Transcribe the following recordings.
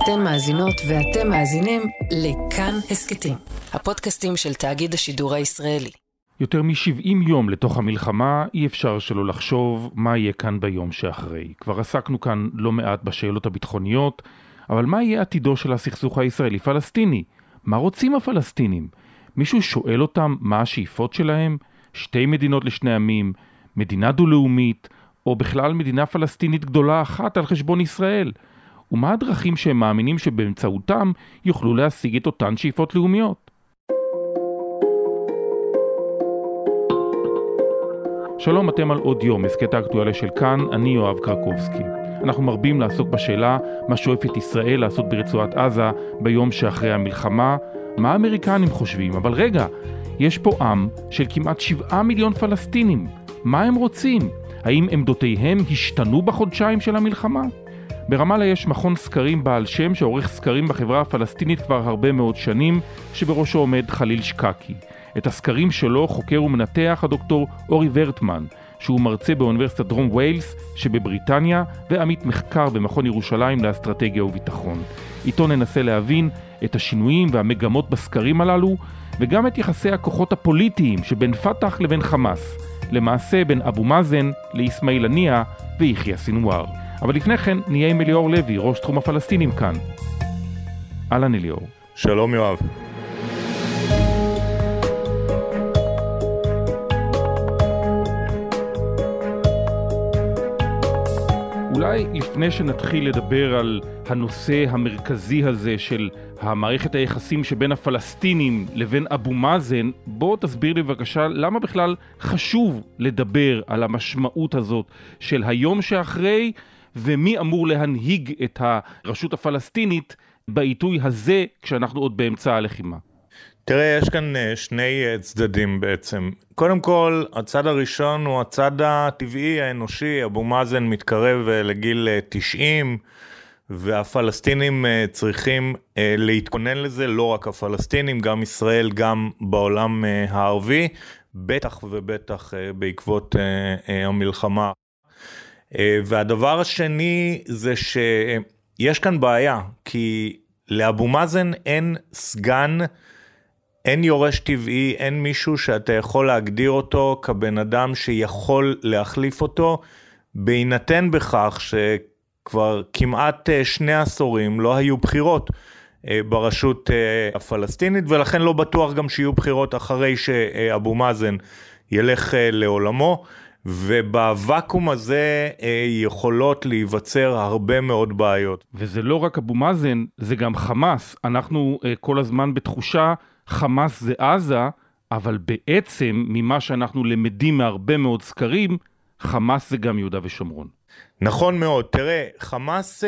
אתן מאזינות ואתם מאזינים לכאן הסקטים, הפודקאסטים של תאגיד השידור הישראלי. יותר מ-70 יום לתוך המלחמה אי אפשר שלא לחשוב מה יהיה כאן ביום שאחרי. כבר עסקנו כאן לא מעט בשאלות הביטחוניות, אבל מה יהיה עתידו של הסכסוך הישראלי-פלסטיני? מה רוצים הפלסטינים? מישהו שואל אותם מה השאיפות שלהם? שתי מדינות לשני עמים, מדינה דו-לאומית, או בכלל מדינה פלסטינית גדולה אחת על חשבון ישראל? ומה הדרכים שהם מאמינים שבאמצעותם יוכלו להשיג את אותן שאיפות לאומיות? שלום, אתם על עוד יום, הסקט האקטואליה של כאן, אני יואב קרקובסקי. אנחנו מרבים לעסוק בשאלה מה שואפת ישראל לעשות ברצועת עזה ביום שאחרי המלחמה, מה האמריקנים חושבים, אבל רגע, יש פה עם של כמעט 7 מיליון פלסטינים. מה הם רוצים? האם עמדותיהם השתנו בחודשיים של המלחמה? ברמאללה יש מכון סקרים בעל שם שעורך סקרים בחברה הפלסטינית כבר הרבה מאוד שנים, שבראשו עומד חליל שקקי. את הסקרים שלו חוקר ומנתח הדוקטור אורי ורטמן, שהוא מרצה באוניברסיטת דרום ויילס שבבריטניה, ועמית מחקר במכון ירושלים לאסטרטגיה וביטחון. איתו ננסה להבין את השינויים והמגמות בסקרים הללו, וגם את יחסי הכוחות הפוליטיים שבין פתח לבין חמאס, למעשה בין אבו מאזן לאסמאעיל הנייה ויחיא סינואר. אבל לפני כן נהיה עם אליאור לוי, ראש תחום הפלסטינים כאן. אהלן אליאור. שלום יואב. אולי לפני שנתחיל לדבר על הנושא המרכזי הזה של המערכת היחסים שבין הפלסטינים לבין אבו מאזן, בוא תסביר לי בבקשה למה בכלל חשוב לדבר על המשמעות הזאת של היום שאחרי, ומי אמור להנהיג את הרשות הפלסטינית בעיתוי הזה כשאנחנו עוד באמצע הלחימה. תראה, יש כאן שני צדדים בעצם. קודם כל, הצד הראשון הוא הצד הטבעי האנושי. אבו מאזן מתקרב לגיל 90, והפלסטינים צריכים להתכונן לזה, לא רק הפלסטינים, גם ישראל, גם בעולם הערבי, בטח ובטח בעקבות המלחמה. והדבר השני זה שיש כאן בעיה, כי לאבו מאזן אין סגן, אין יורש טבעי, אין מישהו שאתה יכול להגדיר אותו כבן אדם שיכול להחליף אותו, בהינתן בכך שכבר כמעט 2 עשורים לא היו בחירות ברשות הפלסטינית, ולכן לא בטוח גם שיהיו בחירות אחרי שאבו מאזן ילך לעולמו, ובוואקום הזה יכולות להיווצר הרבה מאוד בעיות. וזה לא רק אבו מאזן, זה גם חמאס. אנחנו כל הזמן בתחושה חמאס זה עזה, אבל בעצם ממה שאנחנו למדים מהרבה מאוד סקרים, חמאס זה גם יהודה ושומרון. נכון מאוד. תראה, חמאס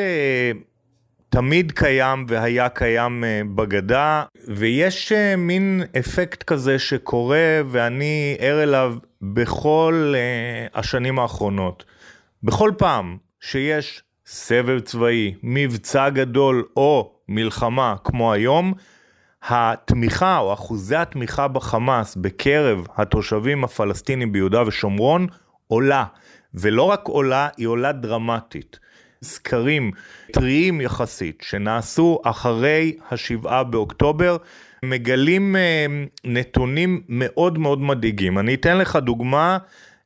תמיד קיים והיה קיים בגדה, ויש מין אפקט כזה שקורה, ואני ער אליו בכל השנים האחרונות. בכל פעם שיש סבב צבאי, מבצע גדול או מלחמה כמו היום, התמיכה או אחוזי התמיכה בחמאס בקרב התושבים הפלסטינים ביהודה ושומרון עולה, ולא רק עולה, היא עולה דרמטית. סקרים טריים יחסית שנעשו אחרי 7 באוקטובר מגלים נתונים מאוד מאוד מדאיגים. אני אתן לך דוגמה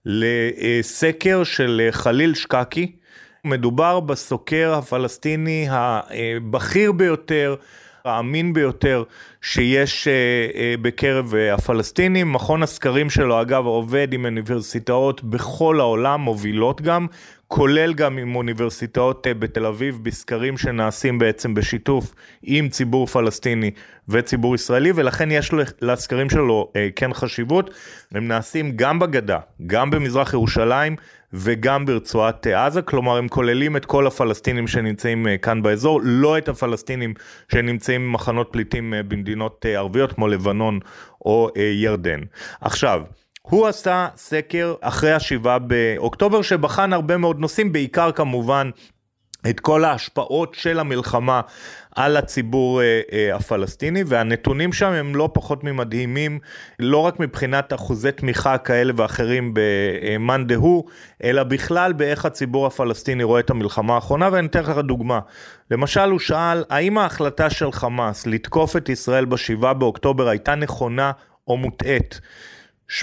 לסקר של חליל שקקי. מדובר בסוקר הפלסטיני הבכיר ביותר, האמין ביותר שיש בקרב הפלסטינים. מכון הסקרים שלו אגב עובד עם אוניברסיטאות בכל העולם, מובילות גם, כולל גם עם אוניברסיטאות בתל אביב, בסקרים שנעשים בעצם בשיתוף עם ציבור פלסטיני וציבור ישראלי, ולכן יש לסקרים שלו כן חשיבות. הם נעשים גם בגדה, גם במזרח ירושלים וגם ברצועת עזה, כלומר הם כוללים את כל הפלסטינים שנמצאים כאן באזור, לא את הפלסטינים שנמצאים במחנות פליטים במדינות ערביות כמו לבנון או ירדן. עכשיו, הוא עשה סקר אחרי 7 באוקטובר שבחן הרבה מאוד נושאים, בעיקר כמובן את כל ההשפעות של המלחמה על הציבור הפלסטיני, והנתונים שם הם לא פחות ממדהימים, לא רק מבחינת אחוזי תמיכה כאלה ואחרים במאן דהוא, אלא בכלל באיך הציבור הפלסטיני רואה את המלחמה האחרונה, ואני אתן לך דוגמה. למשל הוא שאל, האם ההחלטה של חמאס לתקוף את ישראל ב7 באוקטובר הייתה נכונה או מוטעת? 82%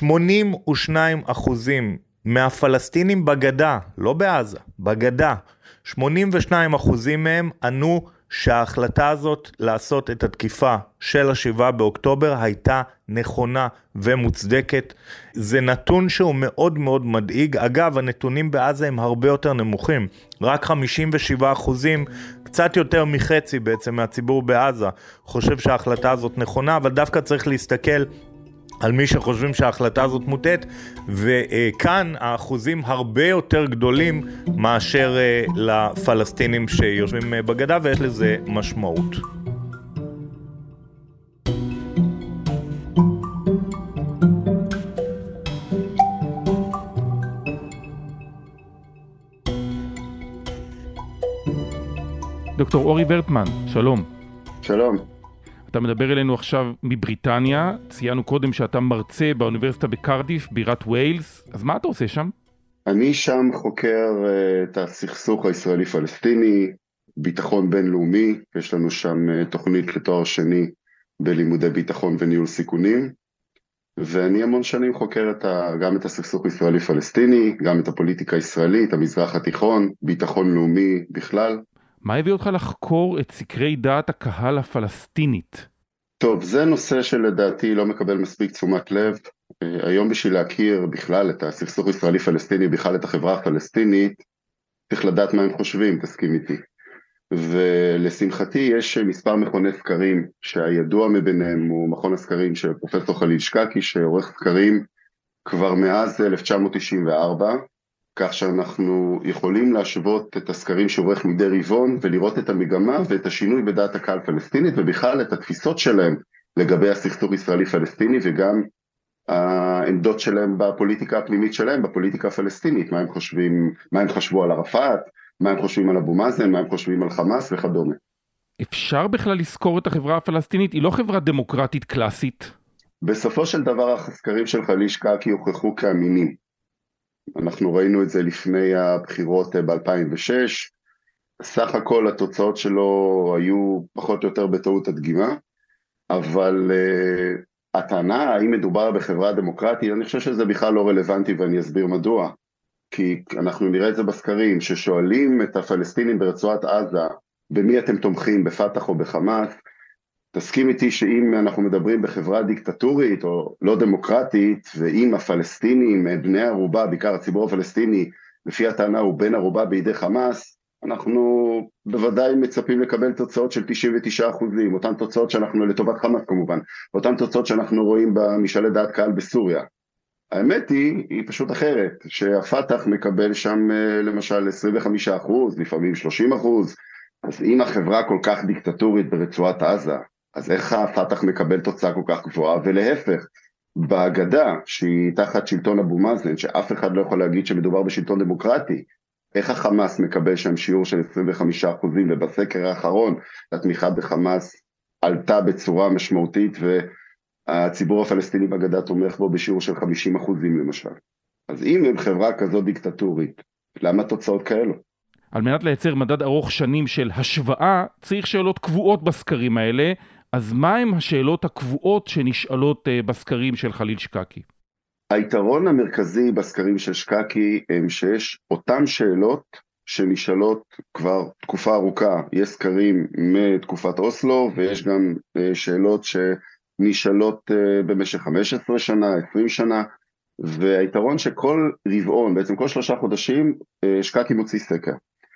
מהפלסטינים בגדה, לא בעזה, בגדה, 82% מהם ענו שההחלטה הזאת לעשות את התקיפה של 7 באוקטובר הייתה נכונה ומוצדקת. זה נתון שהוא מאוד מאוד מדאיג. אגב, הנתונים בעזה הם הרבה יותר נמוכים. רק 57%, קצת יותר מחצי בעצם מהציבור בעזה, חושב שההחלטה הזאת נכונה, אבל דווקא צריך להסתכל על מי שחושבים שההחלטה הזאת מוטעת, וכאן האחוזים הרבה יותר גדולים מאשר לפלסטינים שיושבים בגדה, ויש לזה משמעות. דוקטור אורי ורטמן, שלום. שלום. אתה מדבר אלינו עכשיו מבריטניה, ציינו קודם שאתה מרצה באוניברסיטה בקרדיף, בירת ויילס, אז מה אתה עושה שם? אני שם חוקר את הסכסוך הישראלי-פלסטיני, ביטחון בינלאומי, יש לנו שם תוכנית לתואר שני בלימודי ביטחון וניהול סיכונים, ואני המון שנים חוקר גם את הסכסוך הישראלי-פלסטיני, גם את הפוליטיקה הישראלית, המזרח התיכון, ביטחון לאומי בכלל. מה הביא אותך לחקור את סקרי דעת הקהל הפלסטינית? טוב, זה נושא שלדעתי לא מקבל מספיק תשומת לב. היום בשביל להכיר בכלל את הסכסוך ישראלי-פלסטיני, בכלל את החברה הפלסטינית, צריך לדעת מה הם חושבים, תסכים איתי. ולשמחתי יש מספר מכוני סקרים שהידוע מביניהם הוא מכון הסקרים של פרופסור חליל שקקי, שעורך סקרים כבר מאז 1994, כך שאנחנו יכולים להשוות את הסקרים שעורך מדי רבעון ולראות את המגמה ואת השינוי בדעת הקהל פלסטינית ובכלל את התפיסות שלהם לגבי הסכסוך ישראלי-פלסטיני וגם העמדות שלהם בפוליטיקה הפנימית שלהם, בפוליטיקה הפלסטינית, מה הם חושבים, מה הם חשבו על ערפאת, מה הם חושבים על אבו מאזן, מה הם חושבים על חמאס וכדומה. אפשר בכלל לזכור את החברה הפלסטינית? היא לא חברה דמוקרטית קלאסית? בסופו של דבר הסקרים של חליל שקקי הוכחו כאמינים. אנחנו ראינו את זה לפני הבחירות ב-2006, סך הכל התוצאות שלו היו פחות או יותר בטעות הדגימה, אבל הטענה האם מדובר בחברה דמוקרטית, אני חושב שזה בכלל לא רלוונטי ואני אסביר מדוע. כי אנחנו נראה את זה בסקרים, ששואלים את הפלסטינים ברצועת עזה, במי אתם תומכים, בפתח או בחמאס, תסכים איתי שאם אנחנו מדברים בחברה דיקטטורית או לא דמוקרטית, ואם הפלסטינים, בני ערובה, בעיקר הציבור הפלסטיני, לפי הטענה הוא בן ערובה בידי חמאס, אנחנו בוודאי מצפים לקבל תוצאות של 99%, אותן תוצאות שאנחנו לטובת חמאס כמובן, אותן תוצאות שאנחנו רואים במשאלי דעת קהל בסוריה. האמת היא פשוט אחרת, שהפתח מקבל שם למשל 25%, לפעמים 30%, אז אם החברה כל כך דיקטטורית ברצועת עזה, אז איך הפתח מקבל תוצאה כל כך גבוהה, ולהפך, בהגדה שהיא תחת שלטון אבו מאזן, שאף אחד לא יכול להגיד שמדובר בשלטון דמוקרטי, איך החמאס מקבל שם שיעור של 25%, ובסקר האחרון התמיכה בחמאס עלתה בצורה משמעותית, והציבור הפלסטיני בהגדה תומך בו בשיעור של 50% למשל. אז אם הם חברה כזו דיקטטורית, למה תוצאות כאלו? על מנת לייצר מדד ארוך שנים של השוואה, צריך שאלות קבועות בסקרים האלה, אז מה הם השאלות הקבועות שנשאלות בסקרים של חליל שקקי? היתרון המרכזי בסקרים של שקקי הם שיש אותם שאלות שנשאלות כבר תקופה ארוכה. יש סקרים מתקופת אוסלו ויש גם שאלות שנשאלות במשך 15 שנה, 20 שנה, והיתרון שכל רבעון, בעצם כל 3 חודשים, שקקי מוציא סקר.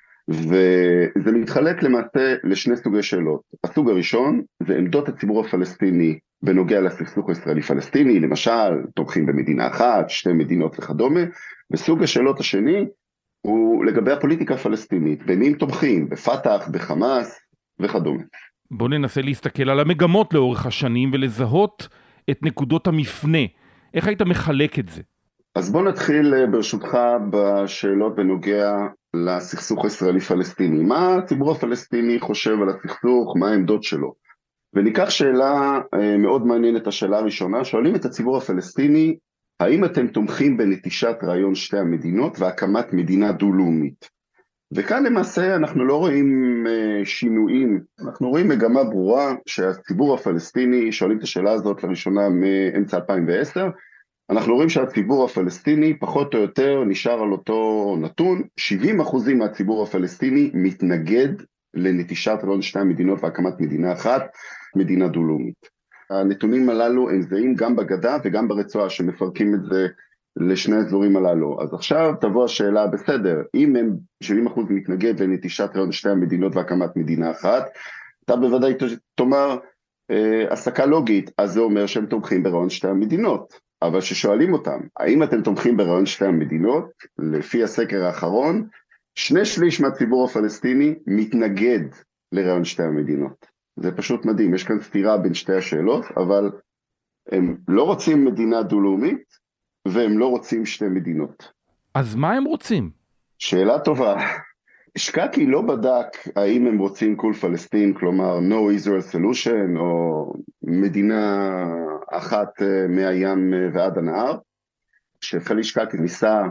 וזה מתחלק למעשה לשני סוגי שאלות. הסוג הראשון זה עמדות הציבור הפלסטיני בנוגע לסכסוך הישראלי-פלסטיני, למשל תומכים במדינה אחת, 2 מדינות וכדומה, וסוג השאלות השני הוא לגבי הפוליטיקה הפלסטינית, במי הם תומכים, בפתח, בחמאס וכדומה. בוא ננסה להסתכל על המגמות לאורך השנים ולזהות את נקודות המפנה. איך היית מחלק את זה? אז בוא נתחיל ברשותך בשאלות בנוגע לסכסוך הישראלי-פלסטיני. מה הציבור הפלסטיני חושב על הסכסוך, מה העמדות שלו? וניקח שאלה מאוד מעניינת, השאלה הראשונה, שואלים את הציבור הפלסטיני, האם אתם תומכים בנטישת רעיון שתי המדינות והקמת מדינה דו-לאומית? וכאן למעשה אנחנו לא רואים שינויים, אנחנו רואים מגמה ברורה שהציבור הפלסטיני, שואלים את השאלה הזאת לראשונה מאמצע 2010, אנחנו רואים שהציבור הפלסטיני פחות או יותר נשאר על אותו נתון, 70% מהציבור הפלסטיני מתנגד לנטישת רעיון שתי המדינות והקמת מדינה אחת, מדינה דו-לאומית. הנתונים הללו הם זהים גם בגדה וגם ברצועה שמפרקים את זה לשני האזורים הללו. אז עכשיו תבוא השאלה, בסדר, אם הם 70% מתנגד לנטישת רעיון שתי המדינות והקמת מדינה אחת, אתה בוודאי תאמר, הסקה לוגית, אז זה אומר שהם תומכים ברעיון שתי המדינות. אבל ששואלים אותם, האם אתם תומכים ברעיון שתי המדינות? לפי הסקר האחרון, 2/3 מהציבור הפלסטיני מתנגד לרעיון שתי המדינות. זה פשוט מדהים, יש כאן סתירה בין שתי השאלות, אבל הם לא רוצים מדינה דו-לאומית, והם לא רוצים שתי מדינות. אז מה הם רוצים? שאלה טובה. שקקי לא בדק האם הם רוצים כל פלסטין, כלומר no Israel solution, או מדינה אחת מהים ועד הנהר. שפלי שקקי ניסה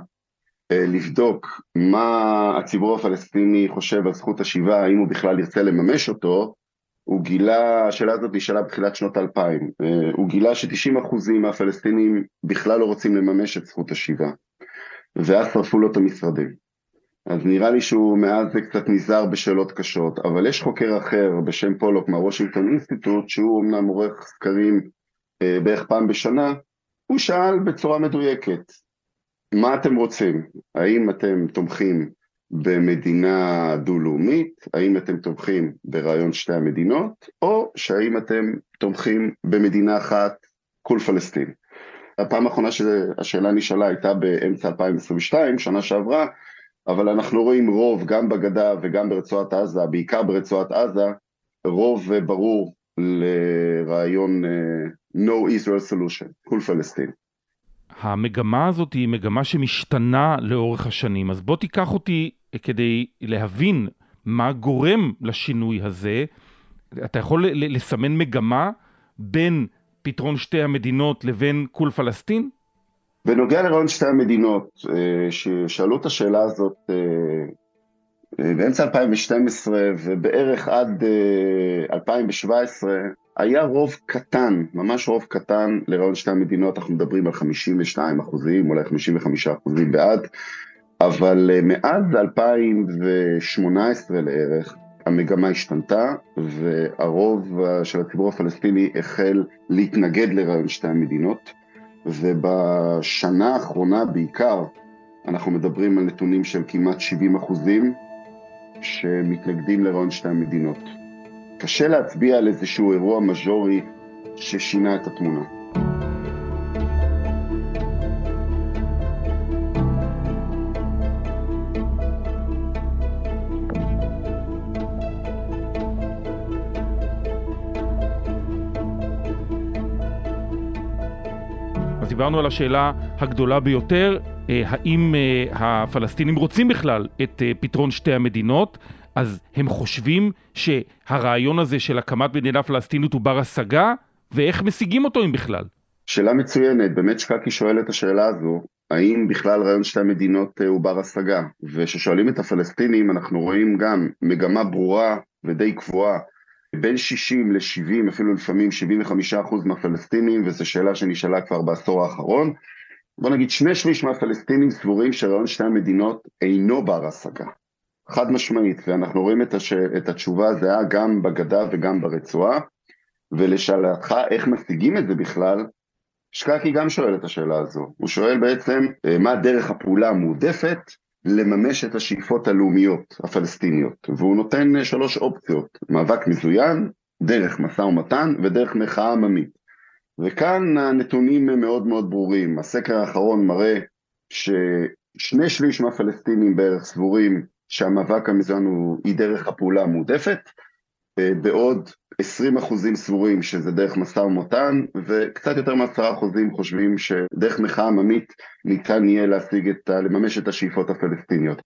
לבדוק מה הציבור הפלסטיני חושב על זכות השיבה, האם הוא בכלל ירצה לממש אותו, הוא גילה, השאלה הזאת נשאלה בתחילת שנות 2000, הוא גילה ש90% מהפלסטינים בכלל לא רוצים לממש את זכות השיבה, ואז שרפו לו את המשרדים. אז נראה לי שהוא מאז קצת נזהר בשאלות קשות, אבל יש חוקר אחר בשם פולוק מהוושינגטון אינסטיטוט, שהוא אמנם עורך סקרים בערך פעם בשנה, הוא שאל בצורה מדויקת, מה אתם רוצים? האם אתם תומכים במדינה דו-לאומית? האם אתם תומכים ברעיון שתי המדינות? או שהאם אתם תומכים במדינה אחת, כל פלסטין? הפעם האחרונה שהשאלה נשאלה הייתה באמצע 2022, שנה שעברה, אבל אנחנו רואים רוב גם בגדה וגם ברצועת עזה, בעיקר ברצועת עזה, רוב ברור לרעיון no Israel solution, כל פלסטין. המגמה הזאת היא מגמה שמשתנה לאורך השנים, אז בוא תיקח אותי כדי להבין מה גורם לשינוי הזה. אתה יכול לסמן מגמה בין פתרון שתי המדינות לבין כל פלסטין? בנוגע לרעיון שתי המדינות, ששאלו את השאלה הזאת באמצע 2012 ובערך עד 2017, היה רוב קטן, ממש רוב קטן לרעיון שתי המדינות, אנחנו מדברים על 52%, אולי 55% בעד, אבל מאז 2018 לערך, המגמה השתנתה, והרוב של הציבור הפלסטיני החל להתנגד לרעיון שתי המדינות, ובשנה האחרונה בעיקר, אנחנו מדברים על נתונים של כמעט 70% שמתנגדים לרעיון שתי המדינות. קשה להצביע על איזשהו אירוע מז'ורי ששינה את התמונה. אז דיברנו על השאלה הגדולה ביותר, האם הפלסטינים רוצים בכלל את פתרון שתי המדינות, אז הם חושבים שהרעיון הזה של הקמת מדינה פלסטינית הוא בר השגה, ואיך משיגים אותו אם בכלל? שאלה מצוינת, באמת שקקי שואל את השאלה הזו, האם בכלל רעיון שתי המדינות הוא בר השגה? וששואלים את הפלסטינים אנחנו רואים גם מגמה ברורה ודי קבועה, בין 60 ל-70, אפילו לפעמים 75% מהפלסטינים, וזו שאלה שנשאלה כבר בעשור האחרון, בוא נגיד 2/3 מהפלסטינים סבורים שרעיון שתי המדינות אינו בר השגה. חד משמעית, ואנחנו רואים את התשובה הזהה גם בגדה וגם ברצועה, ולשאלתך איך משיגים את זה בכלל, שקקי גם שואל את השאלה הזו. הוא שואל בעצם מה דרך הפעולה המועדפת לממש את השאיפות הלאומיות הפלסטיניות, והוא נותן 3 אופציות, מאבק מזוין, דרך משא ומתן ודרך מחאה עממית. וכאן הנתונים מאוד מאוד ברורים, הסקר האחרון מראה ש2/3 מהפלסטינים בערך סבורים שהמאבק המזוין היא דרך הפעולה המועדפת, בעוד 20% סבורים שזה דרך משא ומתן, וקצת יותר מ10% חושבים שדרך מחאה עממית ניתן יהיה לממש את השאיפות הפלסטיניות.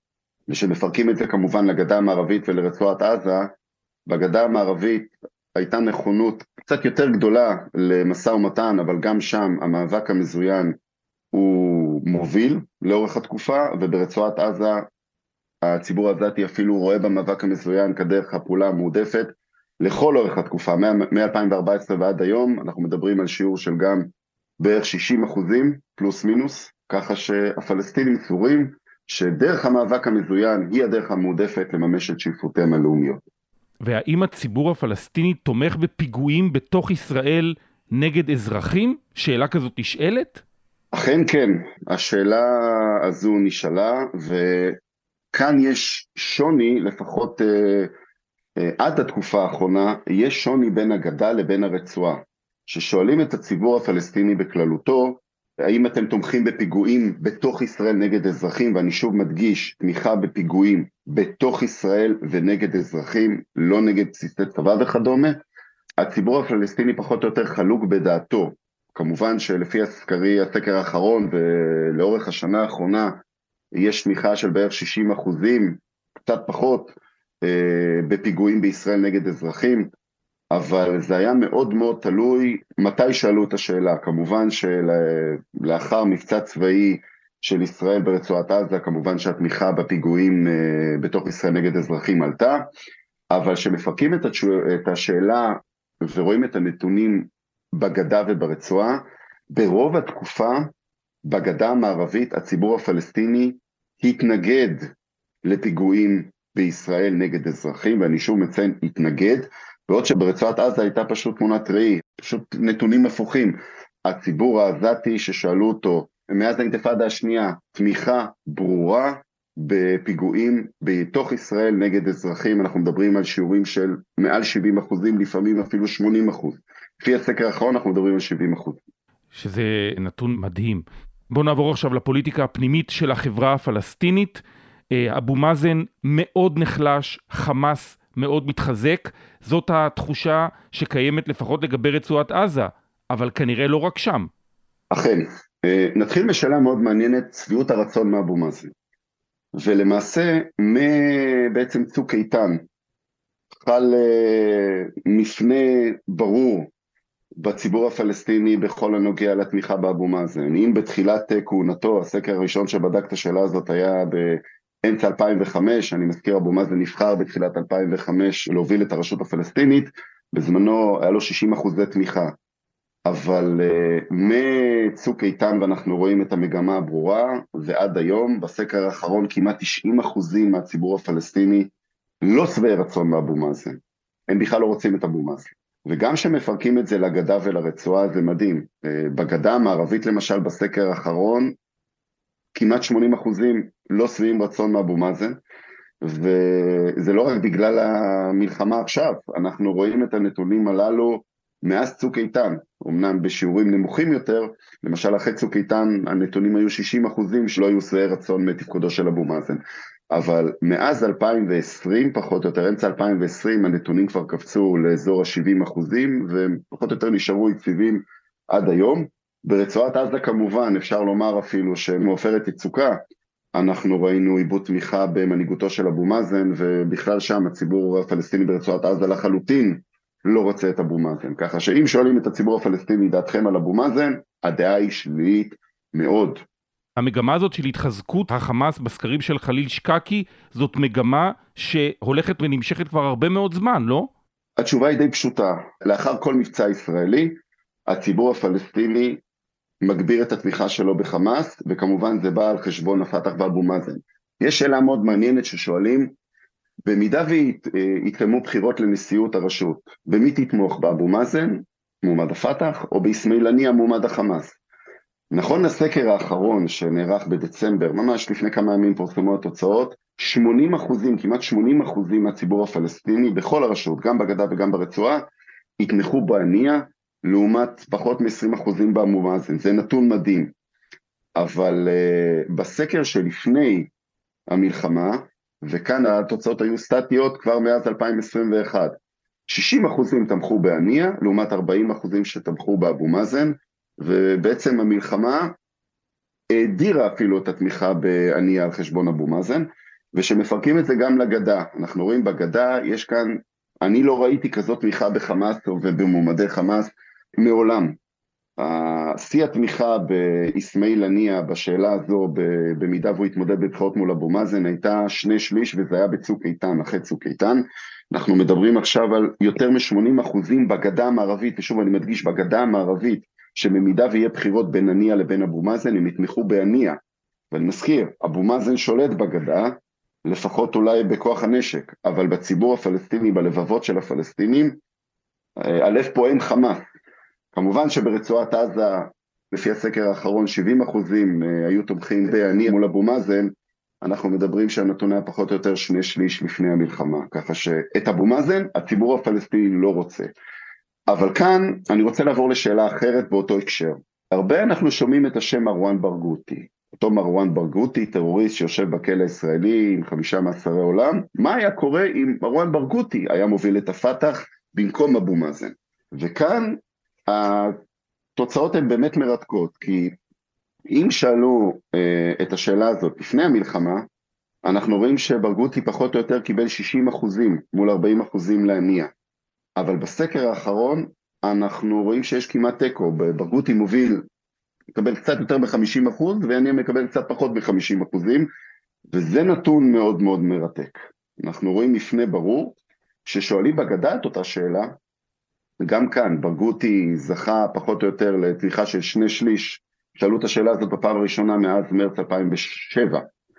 ושמפרקים את זה כמובן לגדה המערבית ולרצועת עזה, בגדה המערבית הייתה נכונות קצת יותר גדולה למשא ומתן, אבל גם שם המאבק המזוין הוא מוביל לאורך התקופה, וברצועת עזה הציבור העזתי אפילו רואה במאבק המזוין כדרך הפעולה המועדפת לכל אורך התקופה, מ-2014 ועד היום, אנחנו מדברים על שיעור של גם בערך 60% פלוס מינוס, ככה שהפלסטינים סבורים שדרך המאבק המזוין היא הדרך המועדפת לממש את שאיפותיהם הלאומיות. והאם הציבור הפלסטיני תומך בפיגועים בתוך ישראל נגד אזרחים? שאלה כזאת נשאלת? אכן כן, השאלה הזו נשאלה, וכאן יש שוני, לפחות עד התקופה האחרונה, יש שוני בין הגדה לבין הרצועה. ששואלים את הציבור הפלסטיני בכללותו, האם אתם תומכים בפיגועים בתוך ישראל נגד אזרחים, ואני שוב מדגיש, תמיכה בפיגועים בתוך ישראל ונגד אזרחים, לא נגד בסיסי צבא וכדומה, הציבור הפלסטיני פחות או יותר חלוק בדעתו. כמובן שלפי הסקר האחרון ולאורך השנה האחרונה, יש תמיכה של בערך 60%, קצת פחות, בפיגועים בישראל נגד אזרחים, אבל זה היה מאוד מאוד תלוי מתי שאלו את השאלה. כמובן שלאחר מבצע צבאי של ישראל ברצועת עזה, כמובן שהתמיכה בפיגועים בתוך ישראל נגד אזרחים עלתה, אבל שמפרקים את השאלה ורואים את הנתונים בגדה וברצועה, ברוב התקופה בגדה המערבית הציבור הפלסטיני התנגד לפיגועים בישראל נגד אזרחים, ואני שוב מציין התנגד, בעוד שברצועת עזה הייתה פשוט תמונת ראי, פשוט נתונים הפוכים. הציבור העזתי ששאלו אותו, מאז האינתיפאדה השנייה, תמיכה ברורה בפיגועים בתוך ישראל נגד אזרחים, אנחנו מדברים על שיעורים של מעל 70%, לפעמים אפילו 80%. לפי הסקר האחרון אנחנו מדברים על 70%. שזה נתון מדהים. בואו נעבור עכשיו לפוליטיקה הפנימית של החברה הפלסטינית. אבו מאזן מאוד נחלש, חמאס מאוד מתחזק, זאת התחושה שקיימת לפחות לגבי רצועת עזה, אבל כנראה לא רק שם. אכן, נתחיל בשאלה מאוד מעניינת, צביעות הרצון מאבו מאזן. ולמעשה, בעצם צוק איתן, חל מפנה ברור בציבור הפלסטיני בכל הנוגע לתמיכה באבו מאזן. אם בתחילת כהונתו, הסקר הראשון שבדק את השאלה הזאת היה באמצע 2005, אני מזכיר אבו מאזן נבחר בתחילת 2005 להוביל את הרשות הפלסטינית, בזמנו היה לו 60% תמיכה. אבל מצוק איתן ואנחנו רואים את המגמה הברורה, ועד היום בסקר האחרון כמעט 90% מהציבור הפלסטיני לא שבעי רצון מאבו מאזן. הם בכלל לא רוצים את אבו מאזן. וגם שמפרקים את זה לגדה ולרצועה זה מדהים. בגדה המערבית למשל בסקר האחרון, כמעט 80% לא שבעים רצון מאבו מאזן, וזה לא רק בגלל המלחמה עכשיו, אנחנו רואים את הנתונים הללו מאז צוק איתן, אמנם בשיעורים נמוכים יותר, למשל אחרי צוק איתן הנתונים היו 60% שלא היו שבעי רצון מתפקודו של אבו מאזן. אבל מאז 2020, פחות או יותר, אמצע 2020, הנתונים כבר קפצו לאזור ה-70%, והם פחות או יותר נשארו יציבים עד היום. ברצועת עזה כמובן, אפשר לומר אפילו שמעופרת יצוקה, אנחנו ראינו איבוד תמיכה במנהיגותו של אבו מאזן, ובכלל שם הציבור הפלסטיני ברצועת עזה לחלוטין לא רוצה את אבו מאזן. ככה שאם שואלים את הציבור הפלסטיני דעתכם על אבו מאזן, הדעה היא שלילית מאוד. המגמה הזאת של התחזקות החמאס בסקרים של חליל שקקי, זאת מגמה שהולכת ונמשכת כבר הרבה מאוד זמן, לא? התשובה היא די פשוטה. לאחר כל מבצע ישראלי, הציבור הפלסטיני מגביר את התמיכה שלו בחמאס, וכמובן זה בא על חשבון הפתח ואבו מאזן. יש שאלה מאוד מעניינת ששואלים, במידה ויתקיימו בחירות לנשיאות הרשות, במי תתמוך באבו מאזן, מועמד הפתח, או באסמאעיל הנייה, מועמד החמאס? נכון לסקר האחרון שנערך בדצמבר, ממש לפני כמה ימים פורסמו התוצאות, 80%, כמעט 80% מהציבור הפלסטיני בכל הרשות, גם בגדה וגם ברצועה, יתמכו בהנייה, לעומת פחות מ-20% באבו מאזן. זה נתון מדהים. אבל בסקר שלפני המלחמה, וכאן התוצאות היו סטטיות כבר מאז 2021, 60% תמכו בהנייה, לעומת 40% שתמכו באבו מאזן, ובעצם המלחמה הדירה אפילו את התמיכה בהנייה על חשבון אבו מאזן. ושמפרקים את זה גם לגדה. אנחנו רואים בגדה, יש כאן, אני לא ראיתי כזאת תמיכה בחמאס ובמועמדי חמאס מעולם. שיא התמיכה באסמאעיל הנייה בשאלה הזו, במידה והוא התמודד בבחירות מול אבו מאזן, הייתה 2/3, וזה היה בצוק איתן, אחרי צוק איתן. אנחנו מדברים עכשיו על יותר מ-80% בגדה המערבית, ושוב אני מדגיש, בגדה המערבית, שבמידה ויהיה בחירות בין הנייה לבין אבו מאזן, הם יתמכו בהנייה. ואני מזכיר, אבו מאזן שולט בגדה, לפחות אולי בכוח הנשק, אבל בציבור הפלסטיני, בלבבות של הפלסטינים, הלב פועם חמאס. כמובן שברצועת עזה, לפי הסקר האחרון, 70% היו תומכים בהנייה מול אבו מאזן, אנחנו מדברים שהנתון היה פחות או יותר 2/3 לפני המלחמה, ככה שאת אבו מאזן הציבור הפלסטיני לא רוצה. אבל כאן אני רוצה לעבור לשאלה אחרת באותו הקשר. הרבה אנחנו שומעים את השם מרואן ברגותי. אותו מרואן ברגותי, טרוריסט שיושב בכלא הישראלי עם 5 מאסרי עולם. מה היה קורה אם מרואן ברגותי היה מוביל את הפתח במקום אבו מאזן? וכאן התוצאות הן באמת מרתקות, כי אם שאלו את השאלה הזאת לפני המלחמה, אנחנו רואים שברגותי פחות או יותר קיבל 60% מול 40% להנייה. אבל בסקר האחרון אנחנו רואים שיש כמעט תיקו, ברגותי מוביל, מקבל קצת יותר מ-50%, והנייה מקבל קצת פחות מ-50%, וזה נתון מאוד מאוד מרתק. אנחנו רואים מפנה ברור, ששואלים בגדה את אותה שאלה, וגם כאן ברגותי זכה פחות או יותר לתמיכה של 2/3, שאלו את השאלה הזאת בפעם הראשונה מאז מרץ 2007,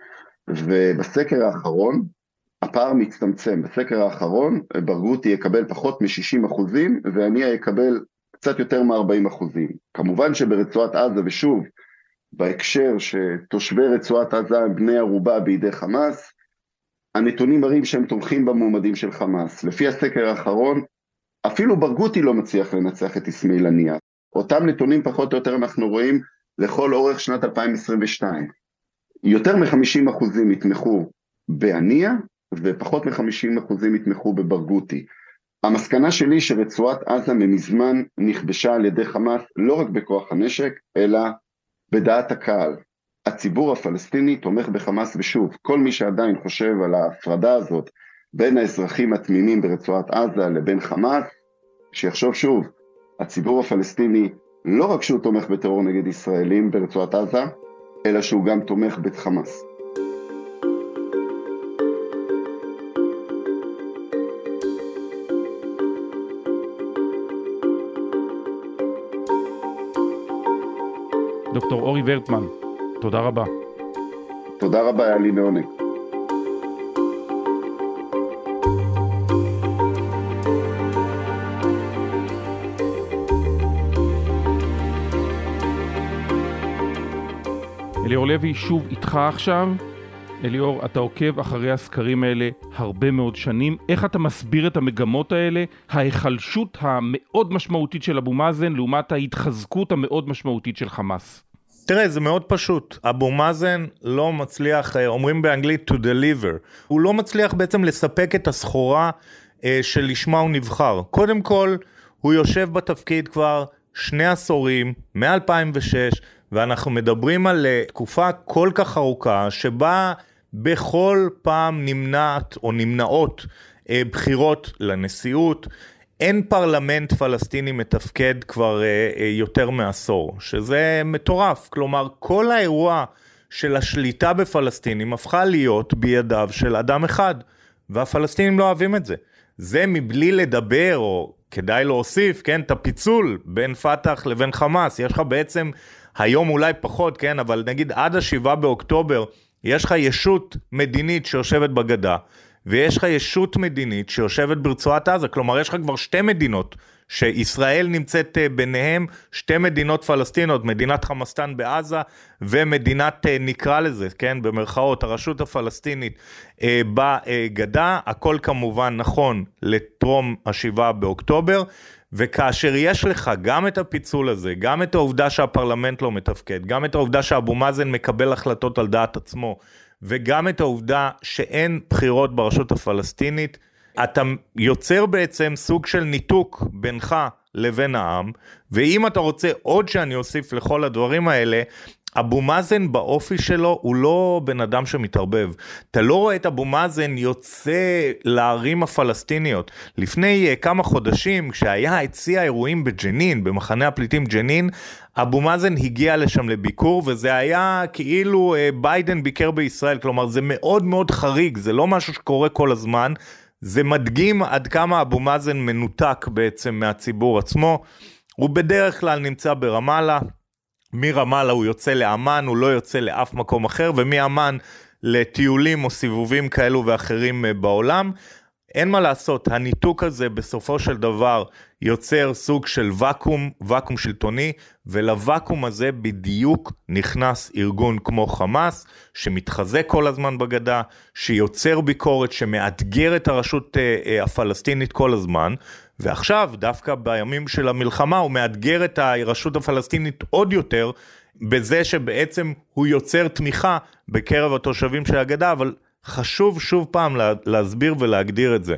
ובסקר האחרון, הפער מצטמצם. בסקר האחרון, ברגותי יקבל פחות מ-60%, והנייה יקבל קצת יותר מ-40%. כמובן שברצועת עזה, ושוב, בהקשר שתושבי רצועת עזה הם בני ערובה בידי חמאס, הנתונים מראים שהם תומכים במועמדים של חמאס. לפי הסקר האחרון, אפילו ברגותי לא מצליח לנצח את אסמאעיל הנייה. אותם נתונים פחות או יותר אנחנו רואים לכל אורך שנת 2022. יותר מ-50% יתמכו בהנייה, ופחות מ-50% יתמכו בברגותי. המסקנה שלי שרצועת עזה ממזמן נכבשה על ידי חמאס, לא רק בכוח הנשק, אלא בדעת הקהל. הציבור הפלסטיני תומך בחמאס, ושוב, כל מי שעדיין חושב על ההפרדה הזאת, בין האזרחים התמימים ברצועת עזה לבין חמאס, שיחשוב שוב, הציבור הפלסטיני לא רק שהוא תומך בטרור נגד ישראלים ברצועת עזה, אלא שהוא גם תומך בחמאס. דוקטור אורי ורטמן, תודה רבה. תודה רבה, היה לי לעונג. אליאור לוי, שוב איתך עכשיו. אליאור, אתה עוקב אחרי הסקרים האלה הרבה מאוד שנים. איך אתה מסביר את המגמות האלה, ההיחלשות המאוד משמעותית של אבו מאזן, לעומת ההתחזקות המאוד משמעותית של חמאס? תראה, זה מאוד פשוט. אבו מאזן לא מצליח, אומרים באנגלית to deliver. הוא לא מצליח בעצם לספק את הסחורה שלשמה הוא נבחר. קודם כל, הוא יושב בתפקיד כבר 2 עשורים, מ-2006, ואנחנו מדברים על תקופה כל כך ארוכה, שבה בכל פעם נמנעת או נמנעות בחירות לנשיאות. אין פרלמנט פלסטיני מתפקד כבר יותר מעשור, שזה מטורף. כלומר, כל האירוע של השליטה בפלסטינים הפכה להיות בידיו של אדם אחד, והפלסטינים לא אוהבים את זה. זה מבלי לדבר, או כדאי להוסיף, כן, את הפיצול בין פתח לבין חמאס. יש לך בעצם, היום אולי פחות, כן, אבל נגיד עד 7 באוקטובר, יש לך ישות מדינית שיושבת בגדה, ויש לך ישות מדינית שיושבת ברצועת עזה. כלומר, יש לך כבר 2 מדינות, שישראל נמצאת ביניהם, 2 מדינות פלסטינות, מדינת חמאסטן בעזה, ומדינת, נקרא לזה, כן, במרכאות, הרשות הפלסטינית בגדה. הכל כמובן נכון לטרום 7 באוקטובר, וכאשר יש לך גם את הפיצול הזה, גם את העובדה שהפרלמנט לא מתפקד, גם את העובדה שאבו מאזן מקבל החלטות על דעת עצמו, וגם את העובדה שאין בחירות ברשות הפלסטינית, אתה יוצר בעצם סוג של ניתוק בינך לבין העם. ואם אתה רוצה עוד שאני אוסיף לכל הדברים האלה, אבו מאזן באופי שלו הוא לא בן אדם שמתערבב. אתה לא רואה את אבו מאזן יוצא לערים הפלסטיניות. לפני כמה חודשים, כשהיה הציע אירועים בג'נין, במחנה הפליטים ג'נין, אבו מאזן הגיע לשם לביקור, וזה היה כאילו ביידן ביקר בישראל. כלומר, זה מאוד מאוד חריג, זה לא משהו שקורה כל הזמן. זה מדגים עד כמה אבו מאזן מנותק בעצם מהציבור עצמו. הוא בדרך כלל נמצא ברמאללה, מרמאללה הוא יוצא לאמן, הוא לא יוצא לאף מקום אחר, ומאמן לטיולים או סיבובים כאלו ואחרים בעולם. אין מה לעשות, הניתוק הזה בסופו של דבר יוצר סוג של ואקום שלטוני, ולוואקום הזה בדיוק נכנס ארגון כמו חמאס, שמתחזק כל הזמן בגדה, שיוצר ביקורת, שמאתגר את הרשות הפלסטינית כל הזמן, ועכשיו דווקא בימים של המלחמה הוא מאתגר את הרשות הפלסטינית עוד יותר, בזה שבעצם הוא יוצר תמיכה בקרב התושבים של הגדה, אבל חשוב שוב פעם להסביר ולהגדיר את זה.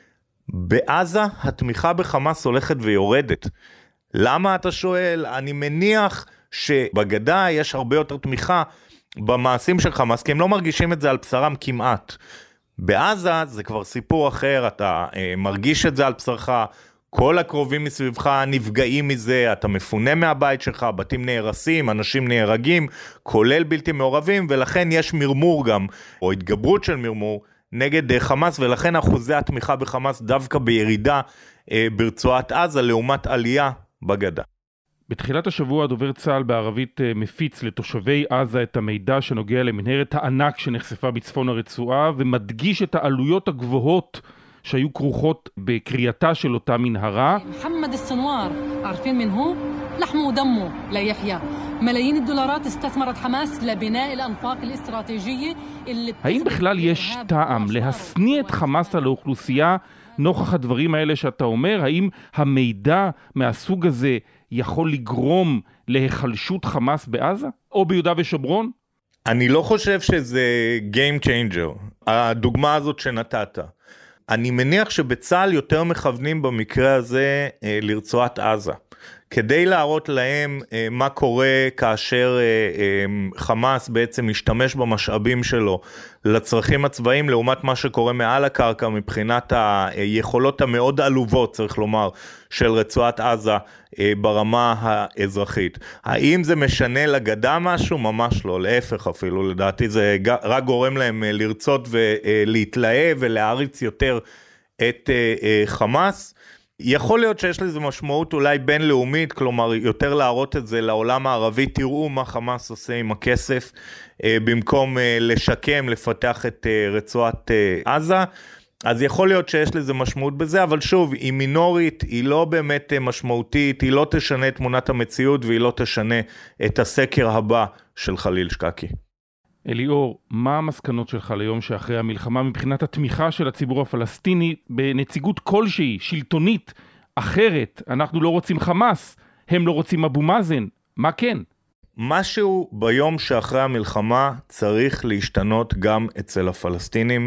בעזה התמיכה בחמאס הולכת ויורדת. למה אתה שואל? אני מניח שבגדה יש הרבה יותר תמיכה במעשים של חמאס, כי הם לא מרגישים את זה על בשרם כמעט. בעזה זה כבר סיפור אחר, אתה מרגיש את זה על בשרך, כל הקרובים מסביבך נפגעים מזה, אתה מפונה מהבית שלך, בתים נהרסים, אנשים נהרגים, כולל בלתי מעורבים, ולכן יש מרמור גם, או התגברות של מרמור, נגד חמאס, ולכן אחוזי התמיכה בחמאס דווקא בירידה ברצועת עזה, לעומת עלייה בגדה. בתחילת השבוע דובר צה"ל בערבית מפיץ לתושבי עזה את המידע שנוגע למנהרת הענק שנחשפה בצפון הרצועה, ומדגיש את העלויות הגבוהות שהיו כרוכות בקריאתה של אותה מנהרה. محمد السنوار عارفين من هو لحمه ودمه لا يحيى ملايين الدولارات استثمرت حماس لبناء الأنفاق الاستراتيجية اللي האם בכלל יש טעם להסניע את חמאס על האוכלוסייה נוכח הדברים האלה שאתה אומר? האם המידע מהסוג הזה יכול לגרום להיחלשות חמאס בעזה או ביהודה ושומרון? אני לא חושב שזה game changer, הדוגמה הזאת שנתת. אני מניח שבצה"ל יותר מכוונים במקרה הזה לרצועת עזה, כדי להראות להם מה קורה כאשר חמאס בעצם משתמש במשאבים שלו לצרכים הצבאיים, לעומת מה שקורה מעל הקרקע מבחינת היכולות המאוד עלובות, צריך לומר, של רצועת עזה ברמה האזרחית. האם זה משנה לגדה משהו? ממש לא, להפך אפילו, לדעתי זה רק גורם להם לרצות ולהתלהב ולהעריץ יותר את חמאס. יכול להיות שיש לזה משמעות אולי בינלאומית, כלומר יותר להראות את זה לעולם הערבי, תראו מה חמאס עושה עם הכסף, במקום לשקם, לפתח את רצועת עזה, אז יכול להיות שיש לזה משמעות בזה, אבל שוב, היא מינורית, היא לא באמת משמעותית, היא לא תשנה את תמונת המציאות, והיא לא תשנה את הסקר הבא של חליל שקקי. אליאור, מה המסקנות שלך ליום שאחרי המלחמה מבחינת התמיכה של הציבור הפלסטיני בנציגות כלשהי, שלטונית, אחרת? אנחנו לא רוצים חמאס, הם לא רוצים אבו מאזן, מה כן? משהו ביום שאחרי המלחמה צריך להשתנות גם אצל הפלסטינים,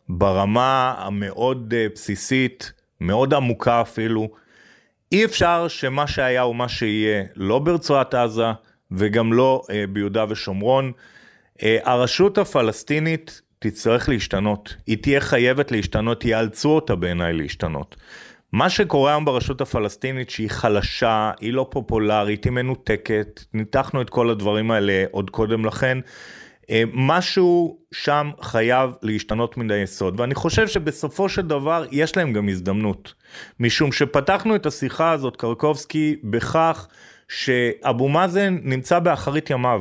ברמה המאוד בסיסית, מאוד עמוקה אפילו. אי אפשר שמה שהיה הוא מה שיהיה, לא ברצועת עזה וגם לא ביהודה ושומרון. הרשות הפלסטינית תצטרך להשתנות, היא תהיה חייבת להשתנות, יאלצו אותה בעיניי להשתנות. מה שקורה היום ברשות הפלסטינית שהיא חלשה, היא לא פופולרית, היא מנותקת, ניתחנו את כל הדברים האלה עוד קודם לכן, משהו שם חייב להשתנות מן היסוד, ואני חושב שבסופו של דבר יש להם גם הזדמנות, משום שפתחנו את השיחה הזאת, קרקובסקי, בכך שאבו מאזן נמצא באחרית ימיו,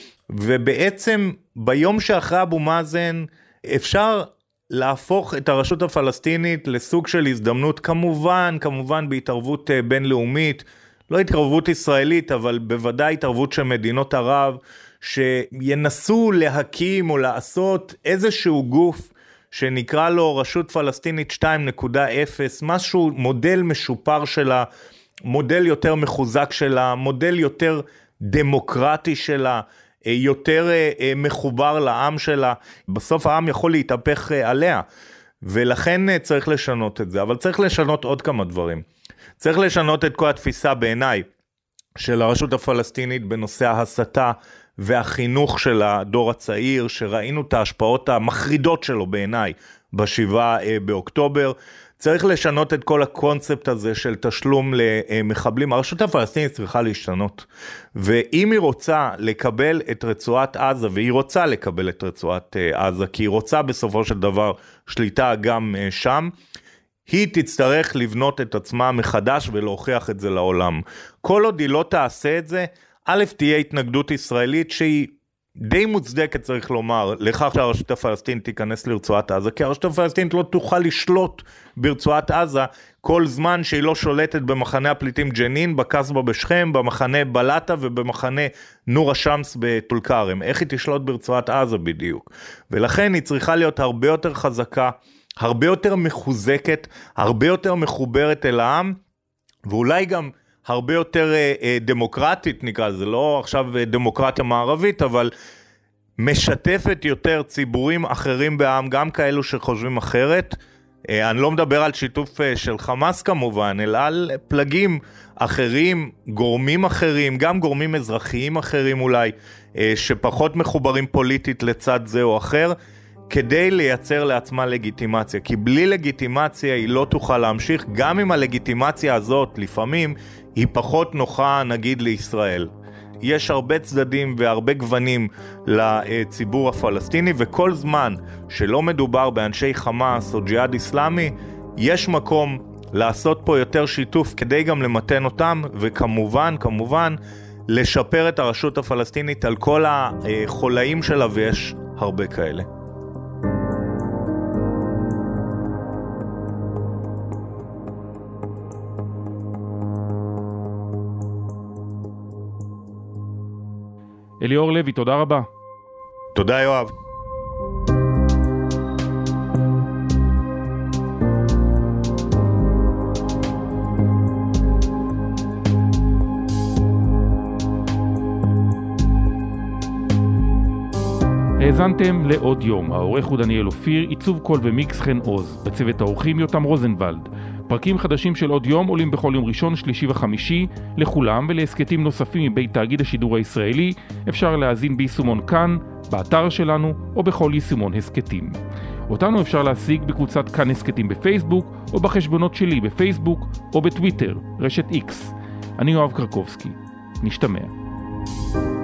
ובעצם ביום שאחרי אבו מאזן אפשר להפוך את הרשות הפלסטינית לסוג של הזדמנות, כמובן בהתערבות בינלאומית, לא התערבות ישראלית, אבל בוודאי התערבות של מדינות ערב, שינסו להקים או לעשות איזשהו גוף שנקרא לו רשות פלסטינית 2.0, משהו, מודל משופר שלה, מודל יותר מחוזק שלה, מודל יותר דמוקרטי שלה, יותר מחובר לעם שלה. בסוף העם יכול להתהפך עליה, ולכן צריך לשנות את זה, אבל צריך לשנות עוד כמה דברים. צריך לשנות את כל התפיסה בעיניי של הרשות הפלסטינית בנושא ההסתה והחינוך של הדור הצעיר, שראינו את ההשפעות המחרידות שלו בעיניי ב7 באוקטובר. צריך לשנות את כל הקונספט הזה של תשלום למחבלים. הרשות הפלסטינית צריכה להשתנות. ואם היא רוצה לקבל את רצועת עזה, והיא רוצה לקבל את רצועת עזה, כי היא רוצה בסופו של דבר שליטה גם שם, היא תצטרך לבנות את עצמה מחדש ולהוכיח את זה לעולם. כל עוד היא לא תעשה את זה, א' תהיה התנגדות ישראלית שהיא די מוצדקת, צריך לומר, לכך שהרשות הפלסטינית תיכנס לרצועת עזה, כי הרשות הפלסטינית לא תוכל לשלוט ברצועת עזה כל זמן שהיא לא שולטת במחנה הפליטים ג'נין, בקסבה בשכם, במחנה בלטה ובמחנה נור השמס בטול כרם. איך היא תשלוט ברצועת עזה בדיוק? ולכן היא צריכה להיות הרבה יותר חזקה, הרבה יותר מחוזקת, הרבה יותר מחוברת אל העם, ואולי גם הרבה יותר דמוקרטית, נקרא לזה, לא עכשיו דמוקרטיה מערבית, אבל משתפת יותר ציבורים אחרים בעם, גם כאלו שחושבים אחרת. אני לא מדבר על שיתוף של חמאס כמובן, אלא על פלגים אחרים, גורמים אחרים, גם גורמים אזרחיים אחרים אולי, שפחות מחוברים פוליטית לצד זה או אחר, כדי לייצר לעצמה לגיטימציה. כי בלי לגיטימציה היא לא תוכל להמשיך, גם אם הלגיטימציה הזאת לפעמים היא פחות נוחה נגיד לישראל. יש הרבה צדדים והרבה גוונים לציבור הפלסטיני, וכל זמן שלא מדובר באנשי חמאס או ג'יהאד איסלאמי, יש מקום לעשות פה יותר שיתוף כדי גם למתן אותם, וכמובן, לשפר את הרשות הפלסטינית על כל החולאים שלה, ויש הרבה כאלה. אליאור לוי, תודה רבה. תודה יואב. האזנתם לעוד יום. העורך הוא דניאל אופיר, עיצוב קול ומיקס חן עוז. בצוות האורחים יותם רוזנבלד. פרקים חדשים של עוד יום עולים בכל יום ראשון, שלישי וחמישי. לכולם ולהסקטים נוספים מבית תאגיד השידור הישראלי אפשר להאזין ביישומון כאן, באתר שלנו או בכל יישומון הסקטים. אותנו אפשר להשיג בקבוצת כאן הסקטים בפייסבוק או בחשבונות שלי בפייסבוק או בטוויטר, רשת X. אני יואב קרקובסקי. נשתמע.